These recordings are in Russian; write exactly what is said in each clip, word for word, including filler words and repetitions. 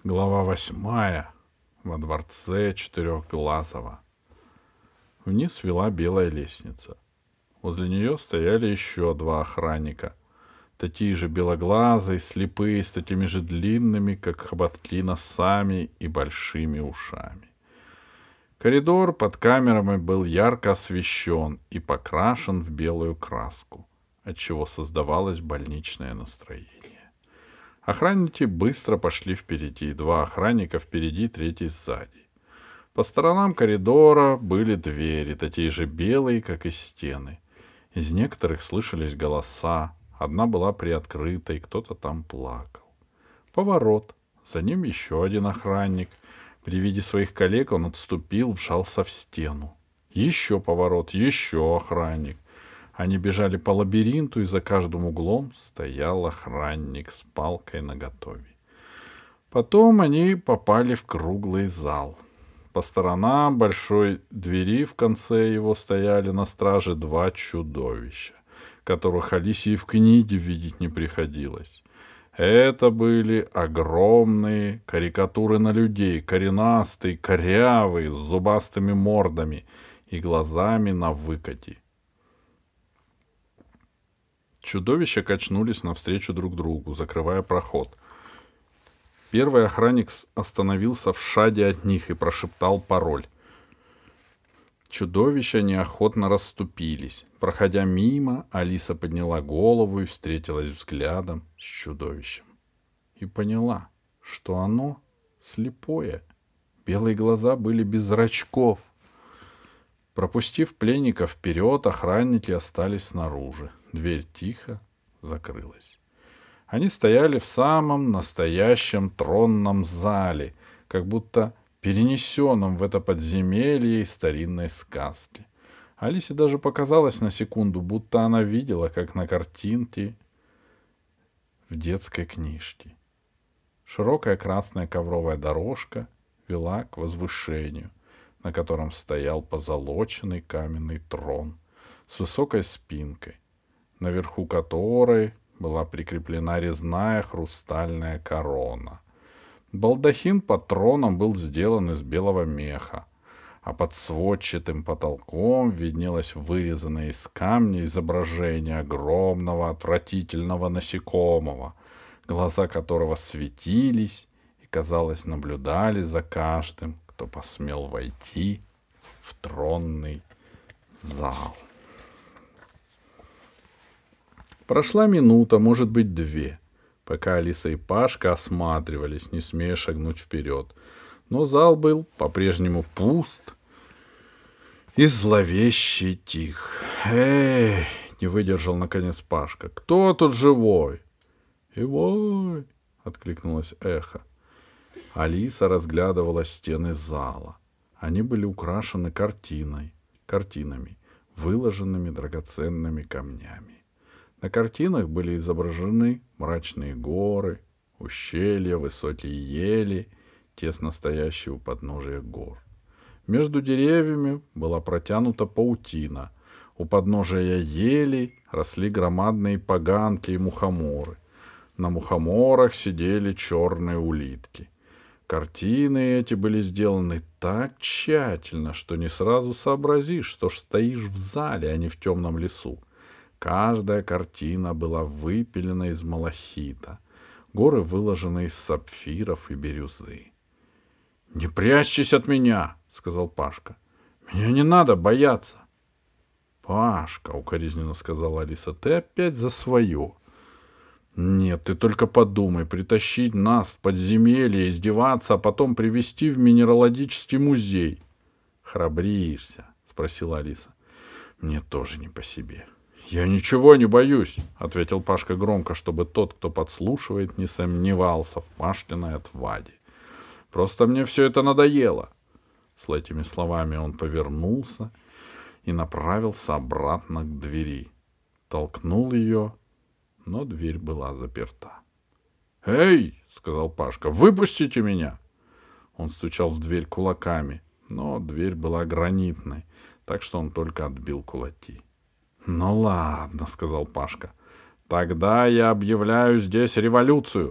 Глава восьмая. Во дворце Четырехглазого. Вниз вела белая лестница. Возле нее стояли еще два охранника. Такие же белоглазые, слепые, с такими же длинными, как хоботки, носами и большими ушами. Коридор под камерами был ярко освещен и покрашен в белую краску, отчего создавалось больничное настроение. Охранники быстро пошли впереди, два охранника впереди, третий сзади. По сторонам коридора были двери, такие же белые, как и стены. Из некоторых слышались голоса, одна была приоткрыта, и кто-то там плакал. Поворот, за ним еще один охранник. При виде своих коллег он отступил, вжался в стену. Еще поворот, еще охранник. Они бежали по лабиринту, и за каждым углом стоял охранник с палкой наготове. Потом они попали в круглый зал. По сторонам большой двери в конце его стояли на страже два чудовища, которых Алисе и в книге видеть не приходилось. Это были огромные карикатуры на людей, коренастые, корявые, с зубастыми мордами и глазами на выкате. Чудовища качнулись навстречу друг другу, закрывая проход. Первый охранник остановился в шаге от них и прошептал пароль. Чудовища неохотно расступились. Проходя мимо, Алиса подняла голову и встретилась взглядом с чудовищем. И поняла, что оно слепое. Белые глаза были без зрачков. Пропустив пленника вперед, охранники остались снаружи. Дверь тихо закрылась. Они стояли в самом настоящем тронном зале, как будто перенесенном в это подземелье из старинной сказки. Алисе даже показалось на секунду, будто она видела, как на картинке в детской книжке. Широкая красная ковровая дорожка вела к возвышению, на котором стоял позолоченный каменный трон с высокой спинкой, наверху которой была прикреплена резная хрустальная корона. Балдахин под троном был сделан из белого меха, а под сводчатым потолком виднелось вырезанное из камня изображение огромного отвратительного насекомого, глаза которого светились и, казалось, наблюдали за каждым, кто посмел войти в тронный зал. Прошла минута, может быть, две, пока Алиса и Пашка осматривались, не смея шагнуть вперед. Но зал был по-прежнему пуст и зловеще тих. «Эй!» — не выдержал, наконец, Пашка. «Кто тут живой?» «Ивой!» — откликнулось эхо. Алиса разглядывала стены зала. Они были украшены картиной, картинами, выложенными драгоценными камнями. На картинах были изображены мрачные горы, ущелья, высокие ели, тесно стоящие у подножия гор. Между деревьями была протянута паутина. У подножия елей росли громадные поганки и мухоморы. На мухоморах сидели черные улитки. Картины эти были сделаны так тщательно, что не сразу сообразишь, что стоишь в зале, а не в темном лесу. Каждая картина была выпилена из малахита, горы выложены из сапфиров и бирюзы. — Не прячьтесь от меня, — сказал Пашка. — Меня не надо бояться. — Пашка, — укоризненно сказала Алиса, — ты опять за свое. — Нет, ты только подумай, притащить нас в подземелье, издеваться, а потом привезти в минералогический музей. — Храбришься? — спросила Алиса. — Мне тоже не по себе. — Я ничего не боюсь, — ответил Пашка громко, чтобы тот, кто подслушивает, не сомневался в Пашкиной отваде. — Просто мне все это надоело. С этими словами он повернулся и направился обратно к двери. Толкнул ее, но дверь была заперта. — Эй, — сказал Пашка, — выпустите меня! Он стучал в дверь кулаками, но дверь была гранитной, так что он только отбил кулаки. — Ну ладно, — сказал Пашка. — Тогда я объявляю здесь революцию.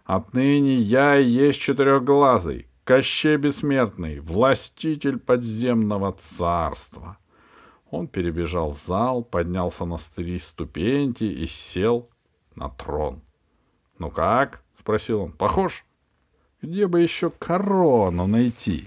Отныне я и есть четырехглазый, Кощей Бессмертный, властитель подземного царства. Он перебежал зал, поднялся на три ступеньки и сел на трон. — Ну как? — спросил он. — Похож? Где бы еще корону найти?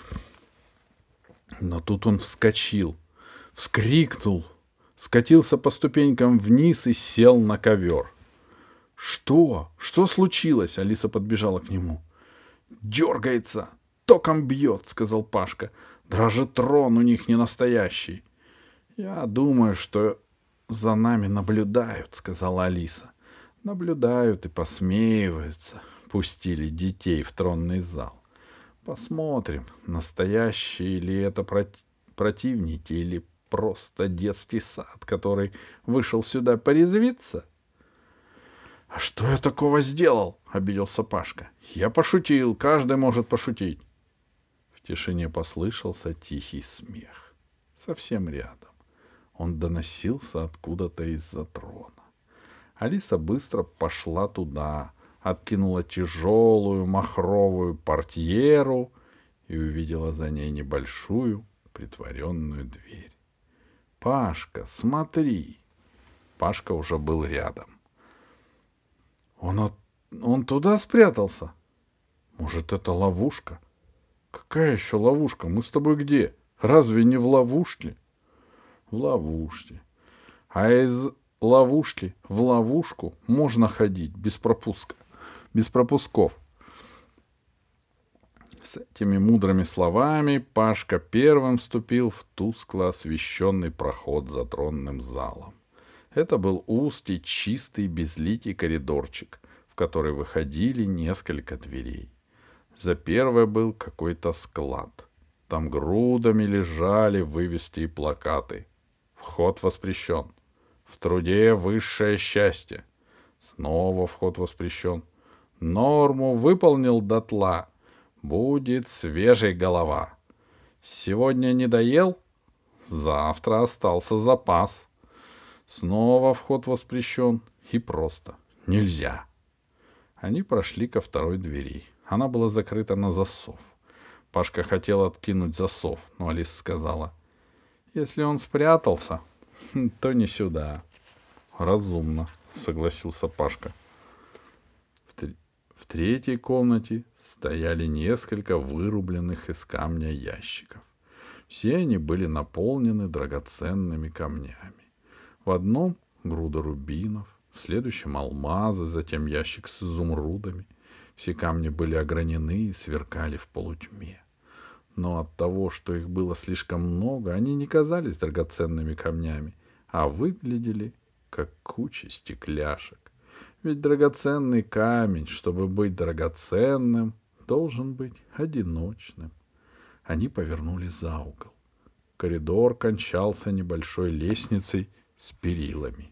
Но тут он вскочил, вскрикнул, скатился по ступенькам вниз и сел на ковер. — Что? Что случилось? Алиса подбежала к нему. — Дергается, током бьет, — сказал Пашка. — Даже трон у них не настоящий. — Я думаю, что за нами наблюдают, — сказала Алиса. — Наблюдают и посмеиваются. Пустили детей в тронный зал. Посмотрим, настоящие ли это проти- противники или просто детский сад, который вышел сюда порезвиться. — А что я такого сделал? — обиделся Пашка. — Я пошутил, каждый может пошутить. В тишине послышался тихий смех. Совсем рядом. Он доносился откуда-то из-за трона. Алиса быстро пошла туда, откинула тяжелую махровую портьеру и увидела за ней небольшую притворенную дверь. — Пашка, смотри! Пашка уже был рядом. Он, от... он туда спрятался? Может, это ловушка? Какая еще ловушка? Мы с тобой где? Разве не в ловушке? В ловушке. А из ловушки в ловушку можно ходить без пропуска, без пропусков. С этими мудрыми словами Пашка первым вступил в тускло освещенный проход за тронным залом. Это был узкий, чистый, безликий коридорчик, в который выходили несколько дверей. За первой был какой-то склад. Там грудами лежали вывески и плакаты. Вход воспрещен. В труде высшее счастье. Снова вход воспрещен. Норму выполнил дотла. Будет свежей голова. Сегодня не доел? Завтра остался запас. Снова вход воспрещен. И просто нельзя. Они прошли ко второй двери. Она была закрыта на засов. Пашка хотел откинуть засов, но Алиса сказала: если он спрятался, то не сюда. Разумно, согласился Пашка. В, тр... в третьей комнате стояли несколько вырубленных из камня ящиков. Все они были наполнены драгоценными камнями. В одном груда рубинов, в следующем алмазы, затем ящик с изумрудами. Все камни были огранены и сверкали в полутьме. Но от того, что их было слишком много, они не казались драгоценными камнями, а выглядели как куча стекляшек. Ведь драгоценный камень, чтобы быть драгоценным, должен быть одиночным. Они повернули за угол. Коридор кончался небольшой лестницей с перилами.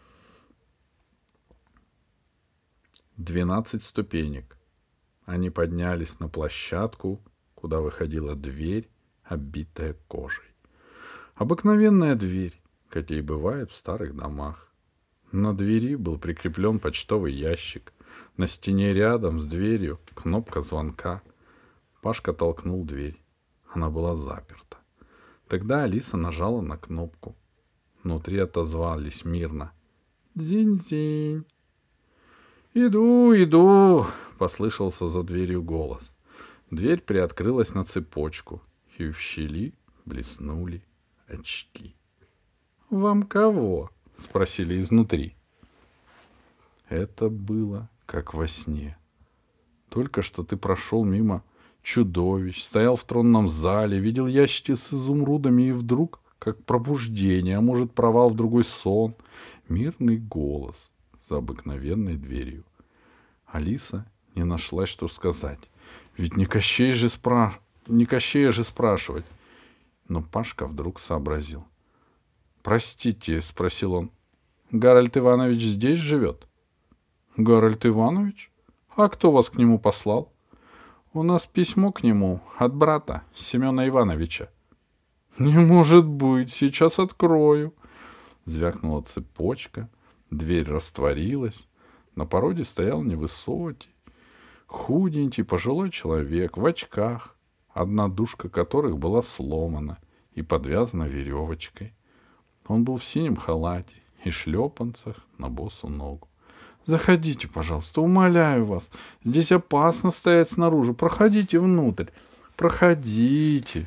Двенадцать ступенек. Они поднялись на площадку, куда выходила дверь, оббитая кожей. Обыкновенная дверь, какие бывают в старых домах. На двери был прикреплен почтовый ящик. На стене рядом с дверью кнопка звонка. Пашка толкнул дверь. Она была заперта. Тогда Алиса нажала на кнопку. Внутри отозвались мирно: «Дзинь-дзинь». «Иду, иду!» — послышался за дверью голос. Дверь приоткрылась на цепочку, и в щели блеснули очки. «Вам кого?» — спросили изнутри. Это было как во сне. Только что ты прошел мимо чудовищ, стоял в тронном зале, видел ящики с изумрудами, и вдруг, как пробуждение, а может, провал в другой сон, мирный голос за обыкновенной дверью. Алиса не нашла, что сказать. Ведь не Кощей же, спра... не Кощея же спрашивать. Но Пашка вдруг сообразил. «Простите», — спросил он, — «Гарольд Иванович здесь живет?» «Гарольд Иванович? А кто вас к нему послал?» «У нас письмо к нему от брата Семена Ивановича». «Не может быть, сейчас открою». Звякнула цепочка, дверь растворилась. На пороге стоял невысокий, Худенький пожилой человек в очках, одна дужка которых была сломана и подвязана веревочкой. Он был в синем халате и шлепанцах на босу ногу. «Заходите, пожалуйста, умоляю вас. Здесь опасно стоять снаружи. Проходите внутрь. Проходите».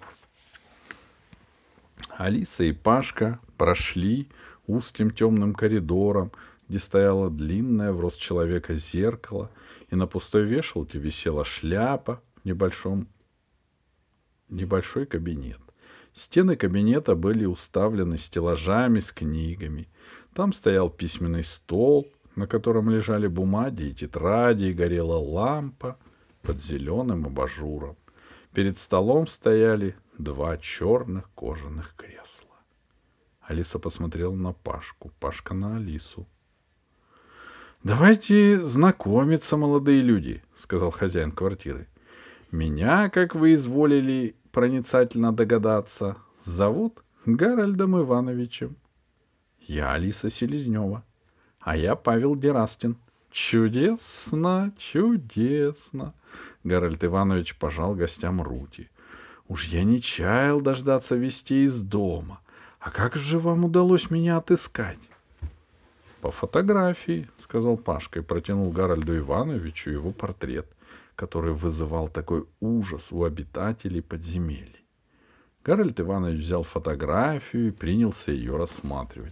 Алиса и Пашка прошли узким темным коридором, где стояло длинное в рост человека зеркало, и на пустой вешалке висела шляпа в небольшом, небольшой кабинет. Стены кабинета были уставлены стеллажами с книгами. Там стоял письменный стол, на котором лежали бумаги и тетради, и горела лампа под зеленым абажуром. Перед столом стояли два черных кожаных кресла. Алиса посмотрела на Пашку, Пашка на Алису. «Давайте знакомиться, молодые люди», — сказал хозяин квартиры. «Меня, как вы изволили проницательно догадаться, зовут Гарольдом Ивановичем. Я Алиса Селезнева, а я Павел Дерастин». «Чудесно, чудесно!» Гарольд Иванович пожал гостям руки. «Уж я не чаял дождаться вестей из дома. А как же вам удалось меня отыскать?» «По фотографии», — сказал Пашка и протянул Гарольду Ивановичу его портрет, который вызывал такой ужас у обитателей подземелий. Гарольд Иванович взял фотографию и принялся ее рассматривать.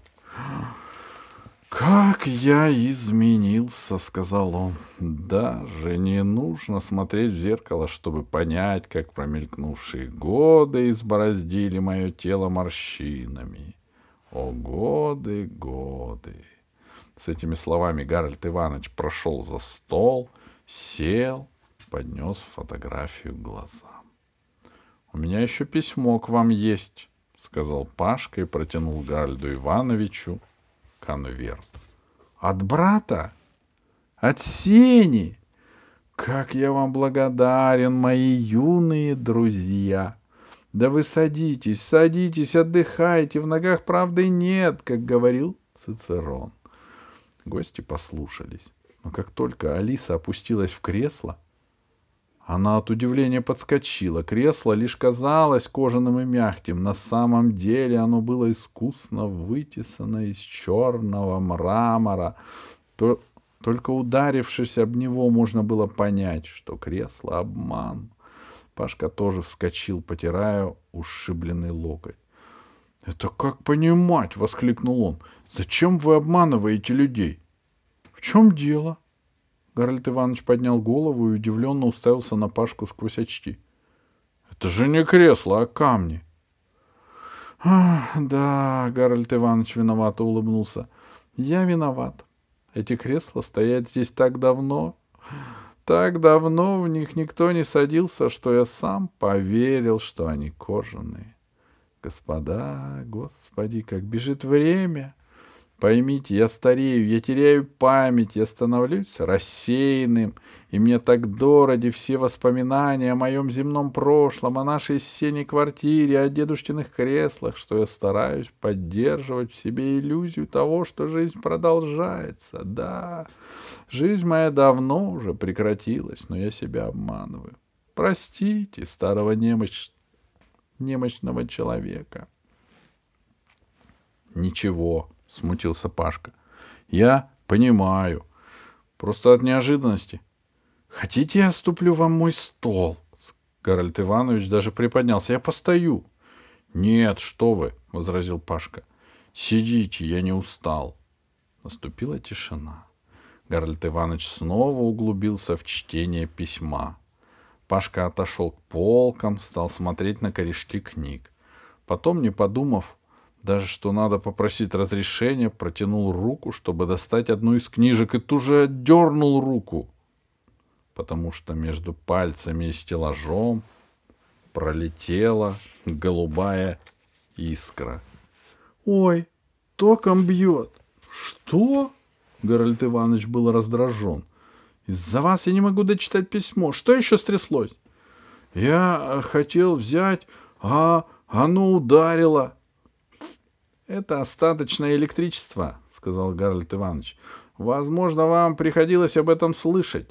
«Как я изменился», — сказал он. «Даже не нужно смотреть в зеркало, чтобы понять, как промелькнувшие годы избороздили мое тело морщинами. О, годы, годы!» С этими словами Гарольд Иванович прошел за стол, сел, поднес фотографию к глазам. «У меня еще письмо к вам есть», — сказал Пашка и протянул Гарольду Ивановичу конверт. «От брата? От Сени? Как я вам благодарен, мои юные друзья! Да вы садитесь, садитесь, отдыхайте, в ногах правды нет, как говорил Цицерон». Гости послушались, но как только Алиса опустилась в кресло, она от удивления подскочила. Кресло лишь казалось кожаным и мягким. На самом деле оно было искусно вытесано из черного мрамора. То, только ударившись об него, можно было понять, что кресло — обман. Пашка тоже вскочил, потирая ушибленный локоть. — «Это как понимать? — воскликнул он. — Зачем вы обманываете людей? — В чем дело? Гарольд Иванович поднял голову и удивленно уставился на Пашку сквозь очки. — Это же не кресло, а камни. — Ах, да, Гарольд Иванович виновато улыбнулся. — Я виноват. Эти кресла стоят здесь так давно. Так давно в них никто не садился, что я сам поверил, что они кожаные. Господа, господи, как бежит время! Поймите, я старею, я теряю память, я становлюсь рассеянным, и мне так дороги все воспоминания о моем земном прошлом, о нашей сеней квартире, о дедушкиных креслах, что я стараюсь поддерживать в себе иллюзию того, что жизнь продолжается. Да, жизнь моя давно уже прекратилась, но я себя обманываю. Простите старого немощ... немощного человека. Ничего. — смутился Пашка. — Я понимаю. Просто от неожиданности. — Хотите, я ступлю вам мой стол? Гарольд Иванович даже приподнялся. — Я постою. — Нет, что вы, — возразил Пашка. — Сидите, я не устал. Наступила тишина. Гарольд Иванович снова углубился в чтение письма. Пашка отошел к полкам, стал смотреть на корешки книг. Потом, не подумав, даже что надо попросить разрешения, протянул руку, чтобы достать одну из книжек, и тут же отдернул руку, потому что между пальцами и стеллажом пролетела голубая искра. — Ой, током бьет! — Что? — Гарольд Иванович был раздражен. — Из-за вас я не могу дочитать письмо. Что еще стряслось? — Я хотел взять, а оно ударило. — Это остаточное электричество, — сказал Гарольд Иванович. — Возможно, вам приходилось об этом слышать.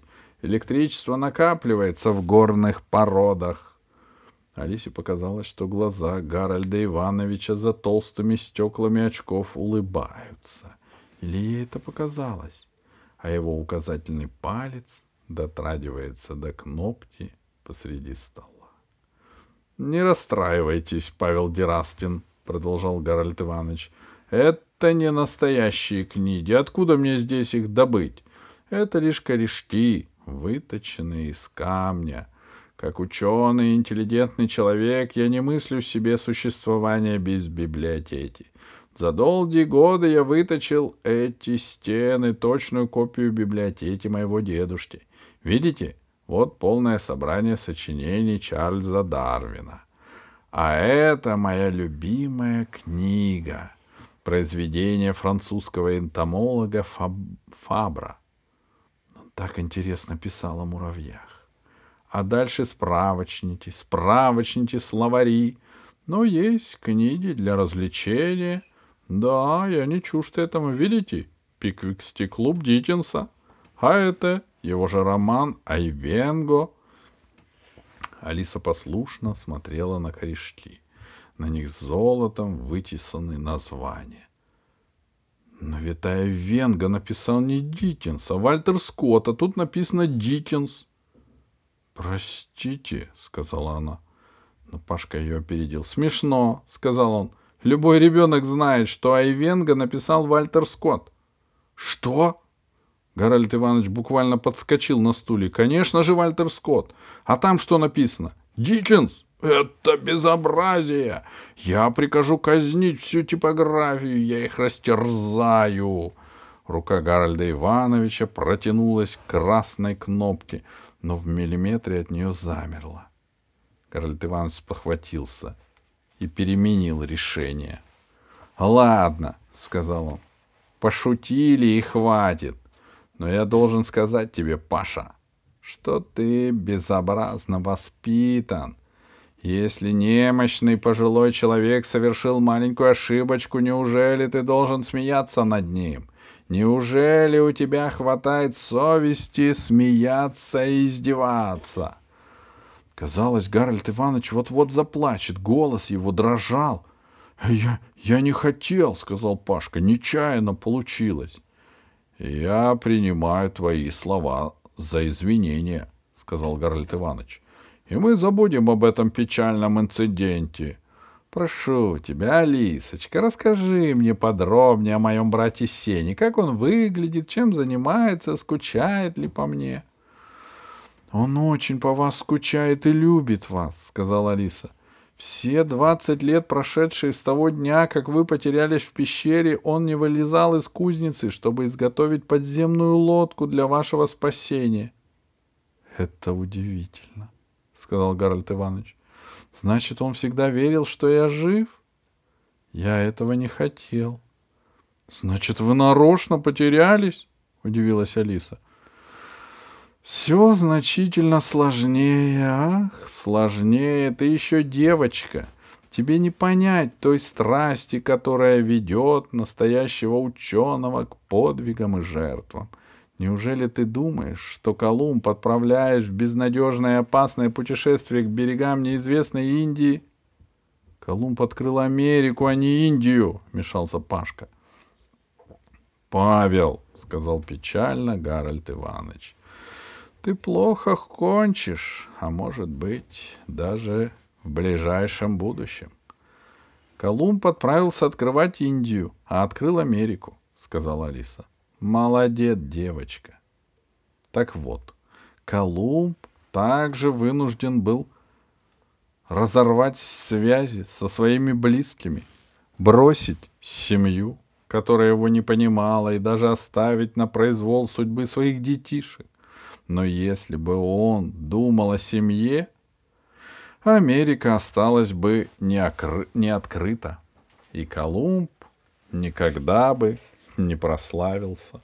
Электричество накапливается в горных породах. Алисе показалось, что глаза Гарольда Ивановича за толстыми стеклами очков улыбаются. Или ей это показалось, а его указательный палец дотрагивается до кнопки посреди стола. — Не расстраивайтесь, Павел Дерастин, — продолжал Гарольд Иванович. — Это не настоящие книги. Откуда мне здесь их добыть? Это лишь корешки, выточенные из камня. Как ученый и интеллигентный человек я не мыслю себе существования без библиотеки. За долгие годы я выточил эти стены, точную копию библиотеки моего дедушки. Видите? Вот полное собрание сочинений Чарльза Дарвина. А это моя любимая книга. Произведение французского энтомолога Фаб... Фабра. Он так интересно писал о муравьях. А дальше справочники, справочники, словари. Но есть книги для развлечения. Да, я не чужд этому. Видите? Пиквикский клуб Диккенса. А это его же роман «Айвенго». Алиса послушно смотрела на корешки. На них золотом вытесаны названия. Но ведь Айвенго написал не Диккенс, а Вальтер Скотт, а тут написано «Диккенс». «Простите», — сказала она. Но Пашка ее опередил. «Смешно», — сказал он. «Любой ребенок знает, что Айвенго написал Вальтер Скотт». «Что?» Гарольд Иванович буквально подскочил на стуле. «Конечно же, Вальтер Скотт. А там что написано? Диккенс? Это безобразие! Я прикажу казнить всю типографию, я их растерзаю!» Рука Гарольда Ивановича протянулась к красной кнопке, но в миллиметре от нее замерла. Гарольд Иванович спохватился и переменил решение. «Ладно», — сказал он, — «пошутили и хватит. Но я должен сказать тебе, Паша, что ты безобразно воспитан. Если немощный пожилой человек совершил маленькую ошибочку, неужели ты должен смеяться над ним? Неужели у тебя хватает совести смеяться и издеваться?» Казалось, Гарольд Иванович вот-вот заплачет, голос его дрожал. «Я, я не хотел», — сказал Пашка, — «нечаянно получилось». «Я принимаю твои слова за извинения», — сказал Гарольд Иванович. «И мы забудем об этом печальном инциденте. Прошу тебя, Алисочка, расскажи мне подробнее о моем брате Сене, как он выглядит, чем занимается, скучает ли по мне». «Он очень по вас скучает и любит вас», — сказала Алиса. «Все двадцать лет, прошедшие с того дня, как вы потерялись в пещере, он не вылезал из кузницы, чтобы изготовить подземную лодку для вашего спасения». «Это удивительно», — сказал Гарольд Иванович. «Значит, он всегда верил, что я жив? Я этого не хотел». «Значит, вы нарочно потерялись?» — удивилась Алиса. «Все значительно сложнее, ах, сложнее. Ты еще девочка. Тебе не понять той страсти, которая ведет настоящего ученого к подвигам и жертвам. Неужели ты думаешь, что Колумб, отправляясь в безнадежное и опасное путешествие к берегам неизвестной Индии...» «Колумб открыл Америку, а не Индию», — вмешался Пашка. «Павел», — сказал печально Гарольд Иванович, — «ты плохо кончишь, а может быть, даже в ближайшем будущем. Колумб отправился открывать Индию, а открыл Америку», — сказала Алиса. «Молодец, девочка». Так вот, Колумб также вынужден был разорвать связи со своими близкими, бросить семью, которая его не понимала, и даже оставить на произвол судьбы своих детишек. Но если бы он думал о семье, Америка осталась бы не, окры... не открыта, и Колумб никогда бы не прославился.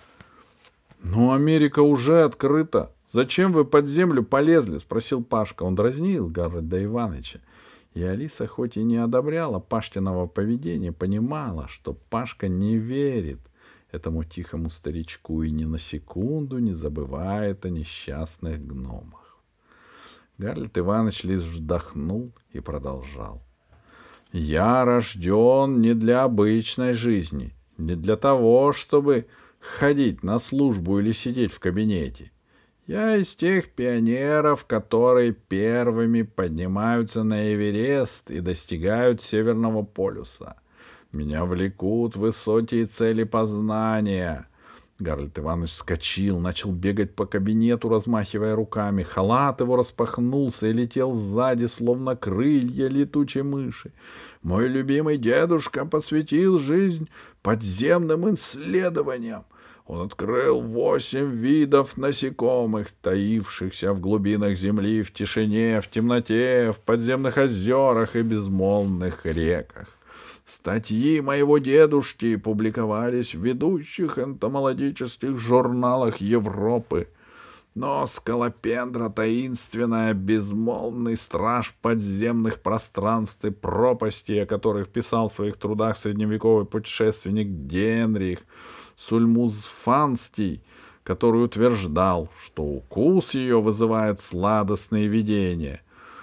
«Но Америка уже открыта. Зачем вы под землю полезли?» — спросил Пашка. Он дразнил Гарольда Ивановича. И Алиса, хоть и не одобряла Пашкиного поведения, понимала, что Пашка не верит этому тихому старичку и ни на секунду не забывает о несчастных гномах. Гарольд Иванович лишь вздохнул и продолжал. «Я рожден не для обычной жизни, не для того, чтобы ходить на службу или сидеть в кабинете. Я из тех пионеров, которые первыми поднимаются на Эверест и достигают Северного полюса. Меня влекут высокие цели познания». Гарольд Иванович вскочил, начал бегать по кабинету, размахивая руками. Халат его распахнулся и летел сзади, словно крылья летучей мыши. «Мой любимый дедушка посвятил жизнь подземным исследованиям. Он открыл восемь видов насекомых, таившихся в глубинах земли, в тишине, в темноте, в подземных озерах и безмолвных реках. Статьи моего дедушки публиковались в ведущих энтомологических журналах Европы. Но скалопендра таинственная, безмолвный страж подземных пространств и пропастей, о которых писал в своих трудах средневековый путешественник Генрих Сульмуз-Фанстий, который утверждал, что укус ее вызывает сладостные видения.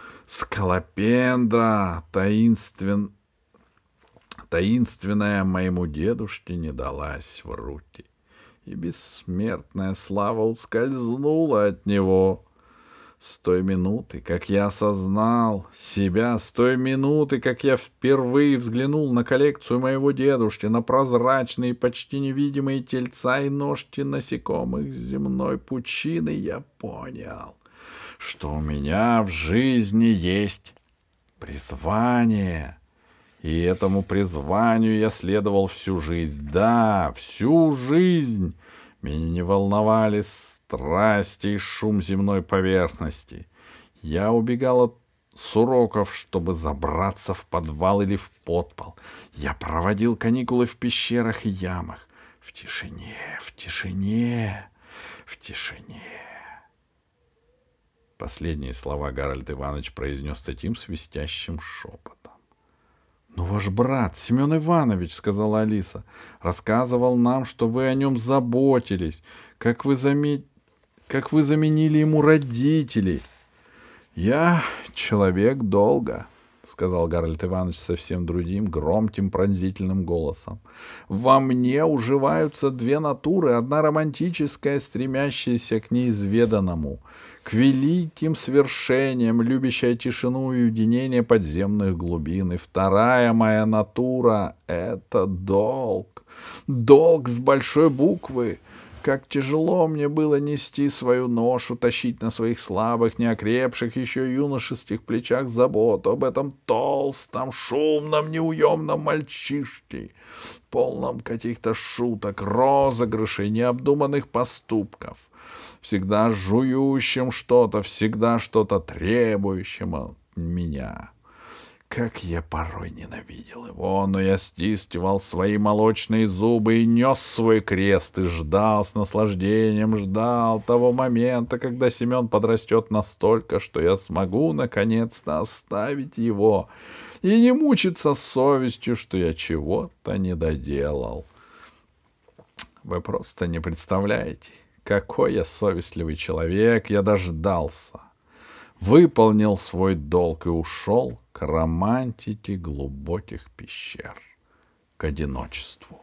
Скалопендра таинствен... таинственная моему дедушке не далась в руки, и бессмертная слава ускользнула от него. С той минуты, как я осознал себя, с той минуты, как я впервые взглянул на коллекцию моего дедушки, на прозрачные, почти невидимые тельца и ножки насекомых с земной пучины, я понял, что у меня в жизни есть призвание. И этому призванию я следовал всю жизнь. Да, всю жизнь. Меня не волновали страсти и шум земной поверхности. Я убегал от с уроков, чтобы забраться в подвал или в подпол. Я проводил каникулы в пещерах и ямах. В тишине, в тишине, в тишине. Последние слова Гарольд Иванович произнес таким свистящим шепотом. — Ну, ваш брат, Семен Иванович, — сказала Алиса, — рассказывал нам, что вы о нем заботились, как вы, заме... как вы заменили ему родителей. — Я человек долга, — сказал Гарольд Иванович совсем другим, громким, пронзительным голосом. — Во мне уживаются две натуры, одна романтическая, стремящаяся к неизведанному, к великим свершениям, любящая тишину и уединение подземных глубин. И вторая моя натура — это долг. Долг с большой буквы. Как тяжело мне было нести свою ношу, тащить на своих слабых, неокрепших еще юношеских плечах заботу об этом толстом, шумном, неуемном мальчишке, полном каких-то шуток, розыгрышей, необдуманных поступков, всегда жующим что-то, всегда что-то требующим от меня. Как я порой ненавидел его, но я стискивал свои молочные зубы и нес свой крест, и ждал с наслаждением, ждал того момента, когда Семен подрастет настолько, что я смогу наконец-то оставить его и не мучиться совестью, что я чего-то не доделал. Вы просто не представляете, какой я совестливый человек, я дождался. Выполнил свой долг и ушел к романтике глубоких пещер, к одиночеству.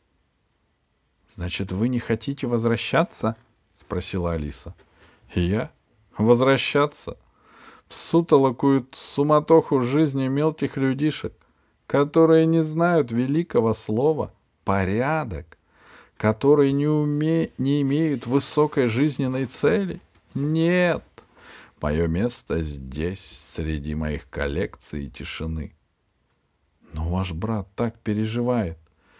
— Значит, вы не хотите возвращаться? — спросила Алиса. — Я? Возвращаться? В сутолоку суматоху жизни мелких людишек, которые не знают великого слова «порядок», которые не, уме... не имеют высокой жизненной цели? Нет! Мое место здесь, среди моих коллекций и тишины. Но ваш брат так переживает.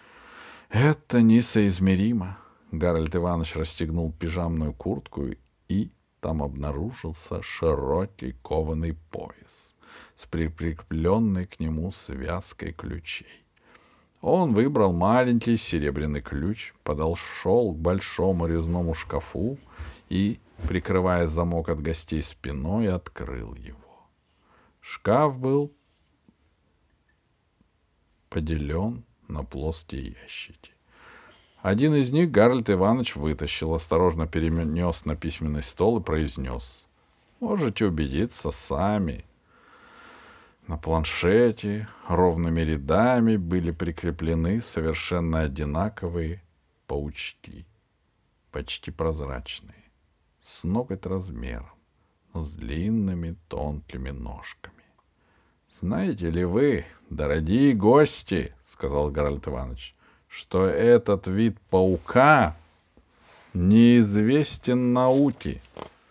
Это несоизмеримо. Гарольд Иванович расстегнул пижамную куртку, и там обнаружился широкий кованый пояс с прикрепленной к нему связкой ключей. Он выбрал маленький серебряный ключ, подошел к большому резному шкафу и, прикрывая замок от гостей спиной, открыл его. Шкаф был поделен на плоские ящики. Один из них Гарольд Иванович вытащил, осторожно перенес на письменный стол и произнес: «Можете убедиться сами». На планшете ровными рядами были прикреплены совершенно одинаковые паучки, почти прозрачные, с ноготь размером, но с длинными тонкими ножками. «Знаете ли вы, дорогие гости, — сказал Гарольд Иванович, — что этот вид паука неизвестен науке?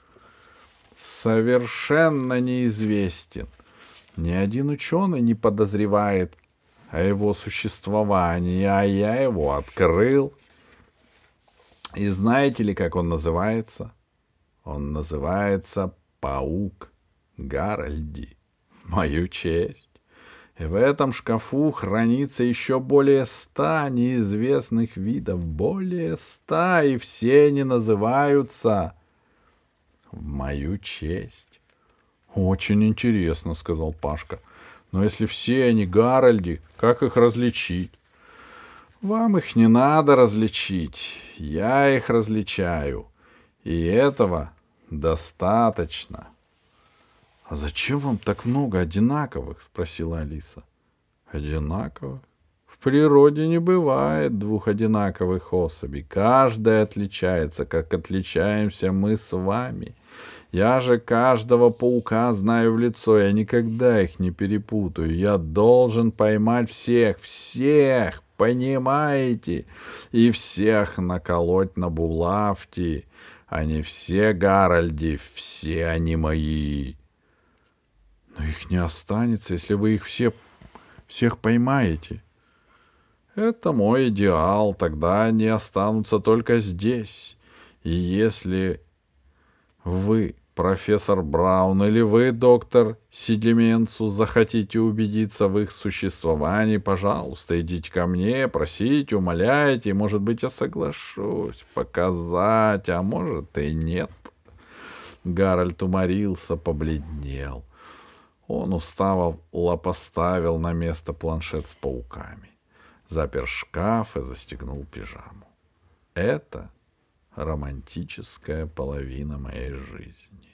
Совершенно неизвестен. Ни один ученый не подозревает о его существовании, а я его открыл. И знаете ли, как он называется? Он называется паук Гарольди, в мою честь. И в этом шкафу хранится еще более ста неизвестных видов, более ста, и все они называются в мою честь. «Очень интересно, — сказал Пашка. — Но если все они Гарольди, как их различить?» «Вам их не надо различить. Я их различаю. И этого достаточно». «А зачем вам так много одинаковых?» — спросила Алиса. «Одинаковых? В природе не бывает двух одинаковых особей. Каждая отличается, как отличаемся мы с вами. Я же каждого паука знаю в лицо, я никогда их не перепутаю. Я должен поймать всех, всех, понимаете? И всех наколоть на булавки. Они все Гарольди, все они мои». «Но их не останется, если вы их все, всех поймаете». «Это мой идеал, тогда они останутся только здесь. И если вы, профессор Браун, или вы, доктор Сидименцу, захотите убедиться в их существовании, пожалуйста, идите ко мне, просите, умоляйте, может быть, я соглашусь показать, а может и нет». Гарольд уморился, побледнел. Он устало поставил на место планшет с пауками, запер шкаф и застегнул пижаму. Это романтическая половина моей жизни.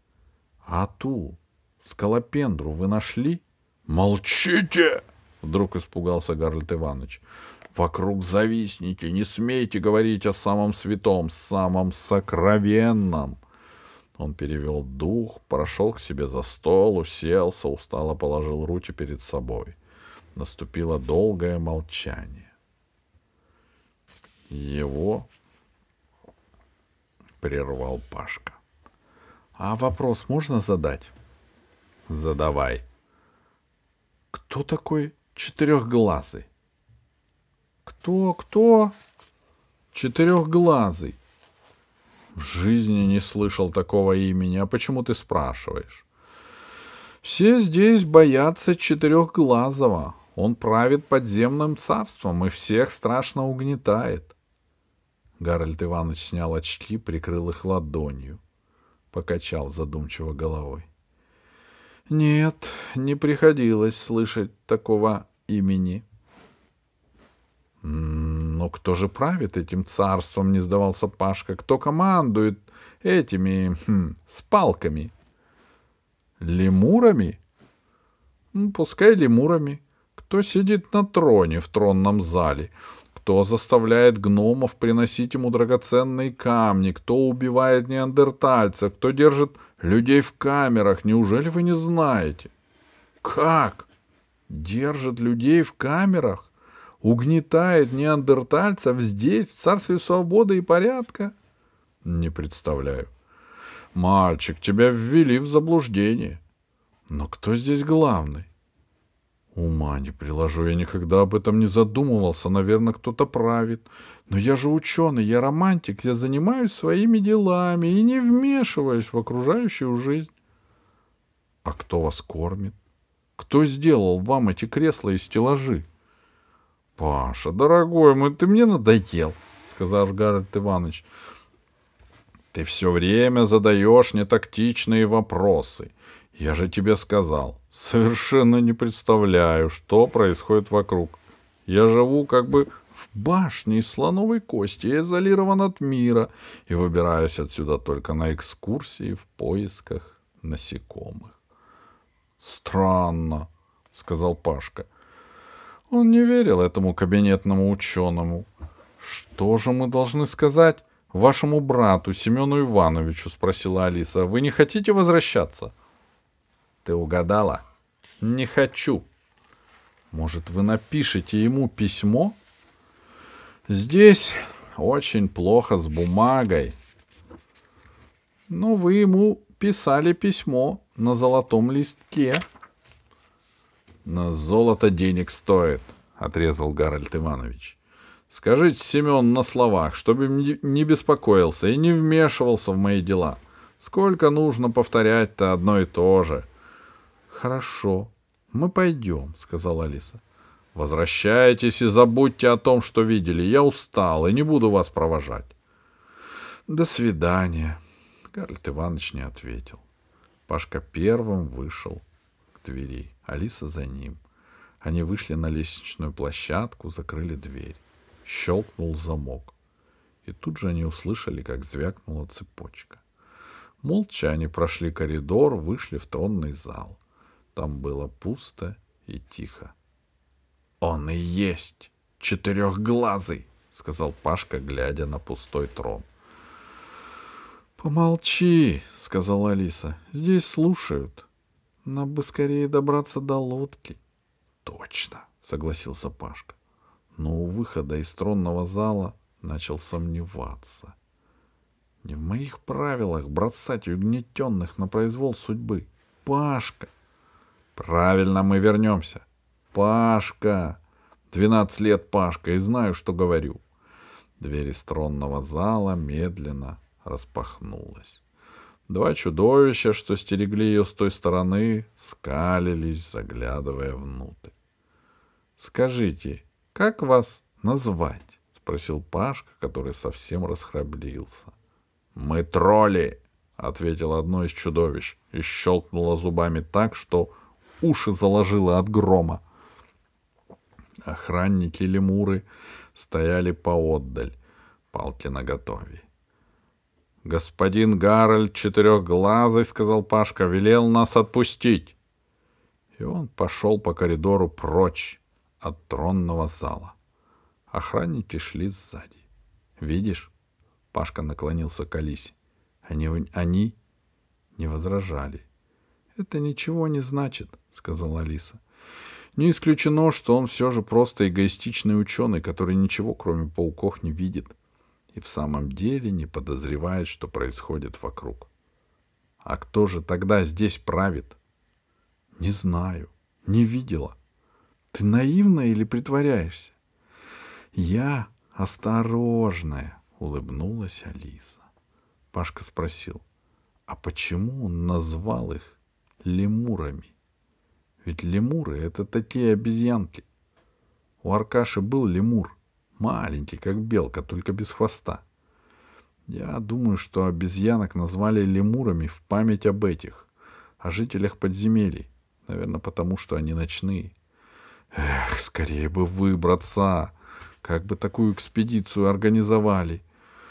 «А ту скалопендру вы нашли?» «Молчите!» — вдруг испугался Гарольд Иванович. «Вокруг завистники, не смейте говорить о самом святом, самом сокровенном». Он перевел дух, прошел к себе за стол, уселся, устало положил руки перед собой. Наступило долгое молчание. Его прервал Пашка. «А вопрос можно задать?» «Задавай». «Кто такой четырехглазый?» «Кто, кто?» «Четырехглазый». «В жизни не слышал такого имени. А почему ты спрашиваешь?» «Все здесь боятся Четырехглазого. Он правит подземным царством и всех страшно угнетает». Гарольд Иванович снял очки, прикрыл их ладонью, покачал задумчиво головой. «Нет, не приходилось слышать такого имени». «Но кто же правит этим царством?» — не сдавался Пашка. «Кто командует этими хм, с палками?» «Лемурами?» ну, «Пускай лемурами. Кто сидит на троне в тронном зале? Кто заставляет гномов приносить ему драгоценные камни? Кто убивает неандертальцев? Кто держит людей в камерах? Неужели вы не знаете?» «Как? Держит людей в камерах? Угнетает неандертальцев здесь, в царстве свободы и порядка?» «Не представляю». «Мальчик, тебя ввели в заблуждение». «Но кто здесь главный?» «Ума не приложу, я никогда об этом не задумывался. Наверное, кто-то правит. Но я же ученый, я романтик, я занимаюсь своими делами и не вмешиваюсь в окружающую жизнь». «А кто вас кормит? Кто сделал вам эти кресла и стеллажи?» «Паша, дорогой мой, ты мне надоел», — сказал Гарольд Иванович. «Ты все время задаешь нетактичные вопросы. Я же тебе сказал, совершенно не представляю, что происходит вокруг. Я живу как бы в башне из слоновой кости. Я изолирован от мира и выбираюсь отсюда только на экскурсии в поисках насекомых. — Странно, — сказал Пашка. Он не верил этому кабинетному ученому. — Что же мы должны сказать вашему брату Семену Ивановичу? — спросила Алиса. — Вы не хотите возвращаться? — Ты угадала? — Не хочу. — Может, вы напишете ему письмо? — Здесь очень плохо с бумагой. — Но вы ему писали письмо на золотом листке. — На золото денег стоит, — отрезал Гарольд Иванович. — Скажите, Семен, на словах, чтобы не беспокоился и не вмешивался в мои дела. Сколько нужно повторять-то одно и то же? — Хорошо, мы пойдем, — сказала Алиса. — Возвращайтесь и забудьте о том, что видели. Я устал и не буду вас провожать. — До свидания. Гарольд Иванович не ответил. Пашка первым вышел к двери, Алиса за ним. Они вышли на лестничную площадку, закрыли дверь. Щелкнул замок. И тут же они услышали, как звякнула цепочка. Молча они прошли коридор, вышли в тронный зал. Там было пусто и тихо. — Он и есть четырехглазый, — сказал Пашка, глядя на пустой трон. — Помолчи, — сказала Алиса. — Здесь слушают. Нам бы скорее добраться до лодки. — Точно, — согласился Пашка. Но у выхода из тронного зала начал сомневаться. Не в моих правилах бросать угнетенных на произвол судьбы. Пашка! Правильно, мы вернемся. Пашка! Двенадцать лет, Пашка, и знаю, что говорю. Дверь из тронного зала медленно распахнулась. Два чудовища, что стерегли ее с той стороны, скалились, заглядывая внутрь. — Скажите, как вас назвать? — спросил Пашка, который совсем расхрабрился. — Мы тролли, — ответило одно из чудовищ и щелкнуло зубами так, что уши заложило от грома. Охранники-лемуры стояли поотдаль, палки наготове. — Господин Гарольд Четырехглазый, — сказал Пашка, — велел нас отпустить. И он пошел по коридору прочь от тронного зала. Охранники шли сзади. — Видишь? — Пашка наклонился к Алисе. Они, они не возражали. — Это ничего не значит, — сказала Алиса. — Не исключено, что он все же просто эгоистичный ученый, который ничего, кроме пауков, не видит и в самом деле не подозревает, что происходит вокруг. А кто же тогда здесь правит? — Не знаю, не видела. Ты наивна или притворяешься? — Я осторожная, — улыбнулась Алиса. Пашка спросил, а почему он назвал их лемурами? Ведь лемуры — это такие обезьянки. У Аркаши был лемур, маленький, как белка, только без хвоста. Я думаю, что обезьянок назвали лемурами в память об этих, о жителях подземелий. Наверное, потому что они ночные. Эх, скорее бы выбраться. Как бы такую экспедицию организовали.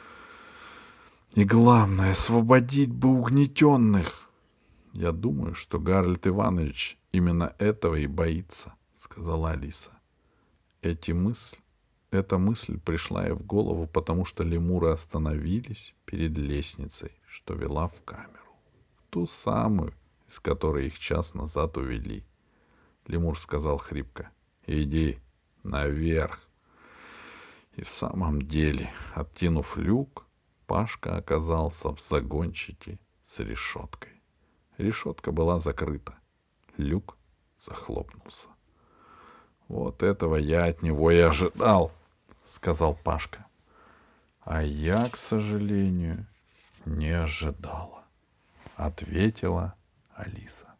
И главное, освободить бы угнетенных. Я думаю, что Гарольд Иванович именно этого и боится, — сказала Алиса. Эти мысли, эта мысль пришла ей в голову, потому что лемуры остановились перед лестницей, что вела в камеру. Ту самую, из которой их час назад увели. Лемур сказал хрипко: — Иди наверх. И в самом деле, откинув люк, Пашка оказался в загончике с решеткой. Решетка была закрыта. Люк захлопнулся. — Вот этого я от него и ожидал, — сказал Пашка. — А я, к сожалению, не ожидала, — ответила Алиса.